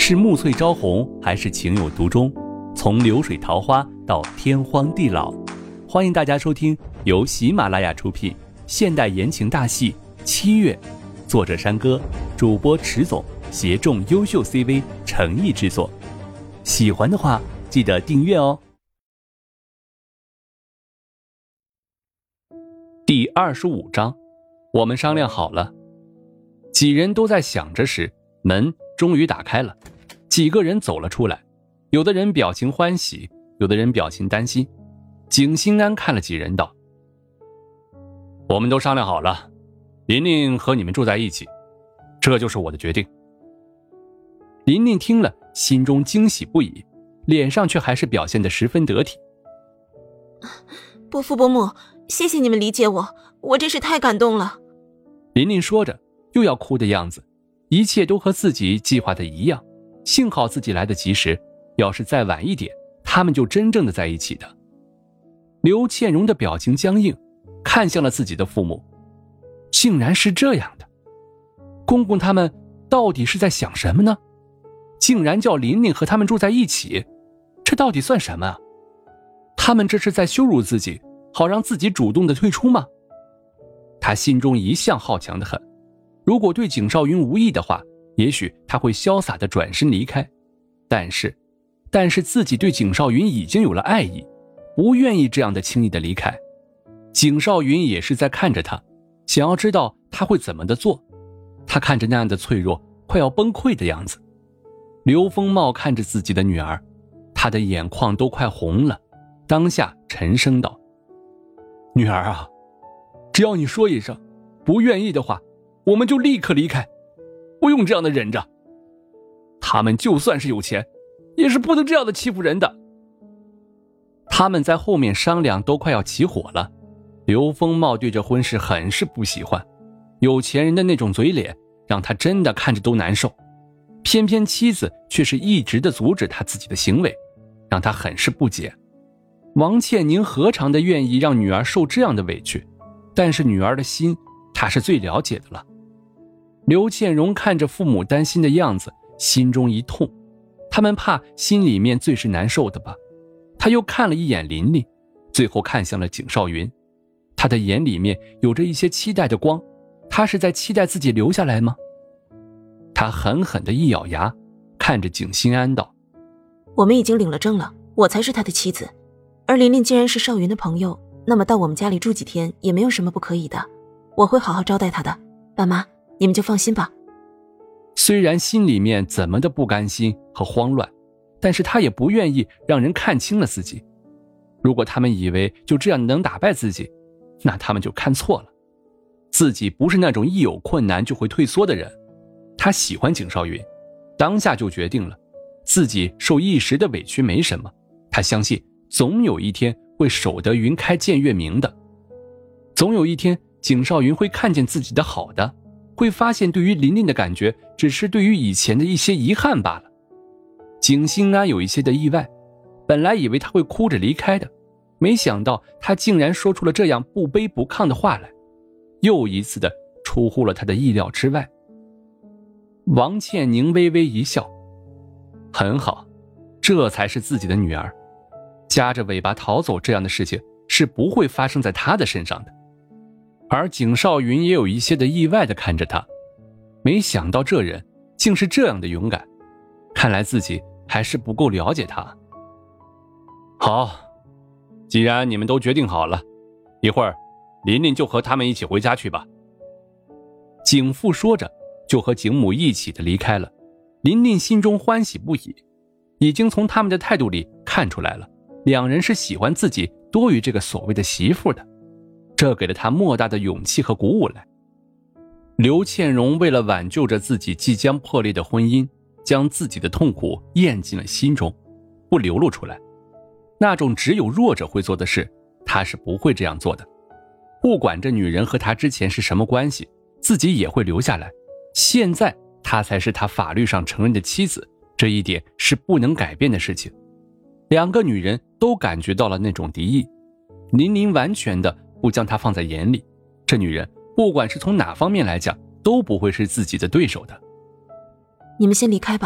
是暮翠朝红，还是情有独钟？从流水桃花到天荒地老，欢迎大家收听由喜马拉雅出品现代言情大戏《七月》，作者山歌，主播迟总，协众优秀 CV 诚意制作。喜欢的话记得订阅哦。第25章，我们商量好了。几人都在想着时，门终于打开了，几个人走了出来，有的人表情欢喜，有的人表情担心。景心安看了几人道：我们都商量好了，琳琳和你们住在一起，这就是我的决定。琳琳听了，心中惊喜不已，脸上却还是表现得十分得体。 伯父伯母，谢谢你们理解我，我真是太感动了。 琳琳说着又要哭的样子，一切都和自己计划的一样，幸好自己来得及时，要是再晚一点，他们就真正的在一起的。刘倩蓉的表情僵硬，看向了自己的父母，竟然是这样的。公公他们到底是在想什么呢？竟然叫琳琳和他们住在一起，这到底算什么啊？他们这是在羞辱自己，好让自己主动的退出吗？他心中一向好强的很，如果对景少云无意的话，也许他会潇洒的转身离开，但是自己对景少云已经有了爱意，不愿意这样的轻易的离开。景少云也是在看着他，想要知道他会怎么的做。他看着那样的脆弱，快要崩溃的样子。刘风茂看着自己的女儿，他的眼眶都快红了，当下沉声道：女儿啊，只要你说一声不愿意的话，我们就立刻离开，不用这样的忍着。他们就算是有钱，也是不能这样的欺负人的。他们在后面商量都快要起火了。刘风茂对这婚事很是不喜欢，有钱人的那种嘴脸让他真的看着都难受，偏偏妻子却是一直的阻止他自己的行为，让他很是不解。王倩宁何尝的愿意让女儿受这样的委屈，但是女儿的心他是最了解的了。刘倩蓉看着父母担心的样子，心中一痛，他们怕心里面最是难受的吧。他又看了一眼琳琳，最后看向了景少云，他的眼里面有着一些期待的光，他是在期待自己留下来吗？他狠狠地一咬牙，看着景心安道： 我们已经领了证了，我才是他的妻子，而琳琳既然是少云的朋友，那么到我们家里住几天也没有什么不可以的，我会好好招待他的，爸妈你们就放心吧。 虽然心里面怎么的不甘心和慌乱，但是他也不愿意让人看清了自己。如果他们以为就这样能打败自己，那他们就看错了。自己不是那种一有困难就会退缩的人。他喜欢景少云，当下就决定了，自己受一时的委屈没什么，他相信总有一天会守得云开见月明的。总有一天景少云会看见自己的好的，会发现对于琳琳的感觉只是对于以前的一些遗憾罢了。景心安有一些的意外，本来以为他会哭着离开的，没想到他竟然说出了这样不卑不亢的话来，又一次的出乎了他的意料之外。王倩宁微微一笑，很好，这才是自己的女儿，夹着尾巴逃走这样的事情是不会发生在她的身上的。而景少云也有一些的意外的看着他，没想到这人竟是这样的勇敢，看来自己还是不够了解他。好，既然你们都决定好了，一会儿琳琳就和他们一起回家去吧。景父说着就和景母一起的离开了。琳琳心中欢喜不已，已经从他们的态度里看出来了，两人是喜欢自己多于这个所谓的媳妇的，这给了他莫大的勇气和鼓舞来。刘倩蓉为了挽救着自己即将破裂的婚姻，将自己的痛苦咽进了心中，不流露出来。那种只有弱者会做的事，她是不会这样做的。不管这女人和她之前是什么关系，自己也会留下来。现在她才是他法律上承认的妻子，这一点是不能改变的事情。两个女人都感觉到了那种敌意，琳琳完全的不将她放在眼里，这女人不管是从哪方面来讲，都不会是自己的对手的。 你们先离开吧，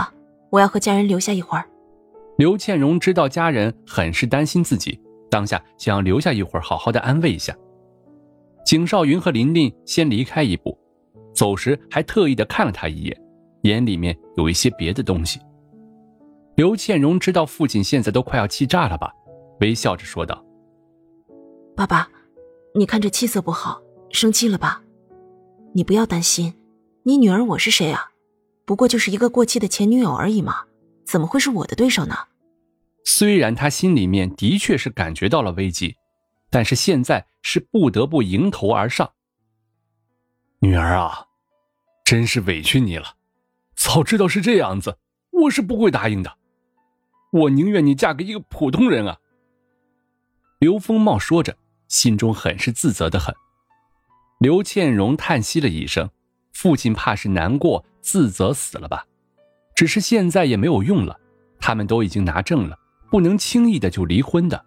我要和家人留下一会儿。 刘倩蓉知道家人很是担心自己，当下想要留下一会儿好好的安慰一下。景少云和琳琳先离开一步，走时还特意的看了他一眼，眼里面有一些别的东西。刘倩蓉知道父亲现在都快要气炸了吧，微笑着说道： 爸爸，你看这气色不好，生气了吧？你不要担心，你女儿我是谁啊？不过就是一个过气的前女友而已嘛，怎么会是我的对手呢？ 虽然他心里面的确是感觉到了危机，但是现在是不得不迎头而上。女儿啊，真是委屈你了，早知道是这样子，我是不会答应的，我宁愿你嫁给一个普通人啊。刘丰茂说着，心中很是自责的很。刘倩蓉叹息了一声，父亲怕是难过自责死了吧，只是现在也没有用了，他们都已经拿证了，不能轻易的就离婚的。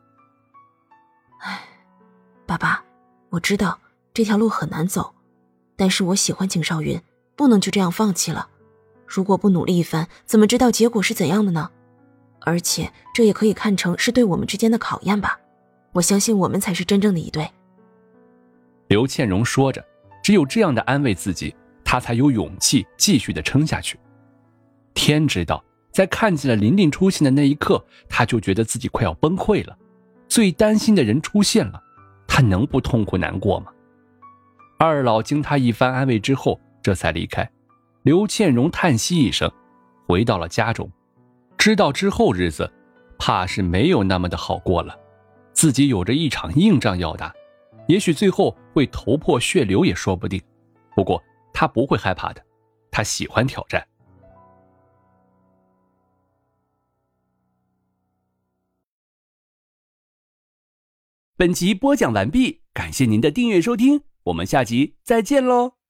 爸爸，我知道这条路很难走，但是我喜欢景少云，不能就这样放弃了。如果不努力一番，怎么知道结果是怎样的呢？而且这也可以看成是对我们之间的考验吧。我相信我们才是真正的一对。 刘倩蓉说着，只有这样的安慰自己，她才有勇气继续的撑下去。天知道，在看见了琳琳出现的那一刻，她就觉得自己快要崩溃了。最担心的人出现了，她能不痛苦难过吗？二老经她一番安慰之后，这才离开。刘倩蓉叹息一声，回到了家中。知道之后日子，怕是没有那么的好过了。自己有着一场硬仗要打，也许最后会头破血流也说不定。不过他不会害怕的，他喜欢挑战。 本集播讲完毕，感谢您的订阅收听，我们下集再见喽。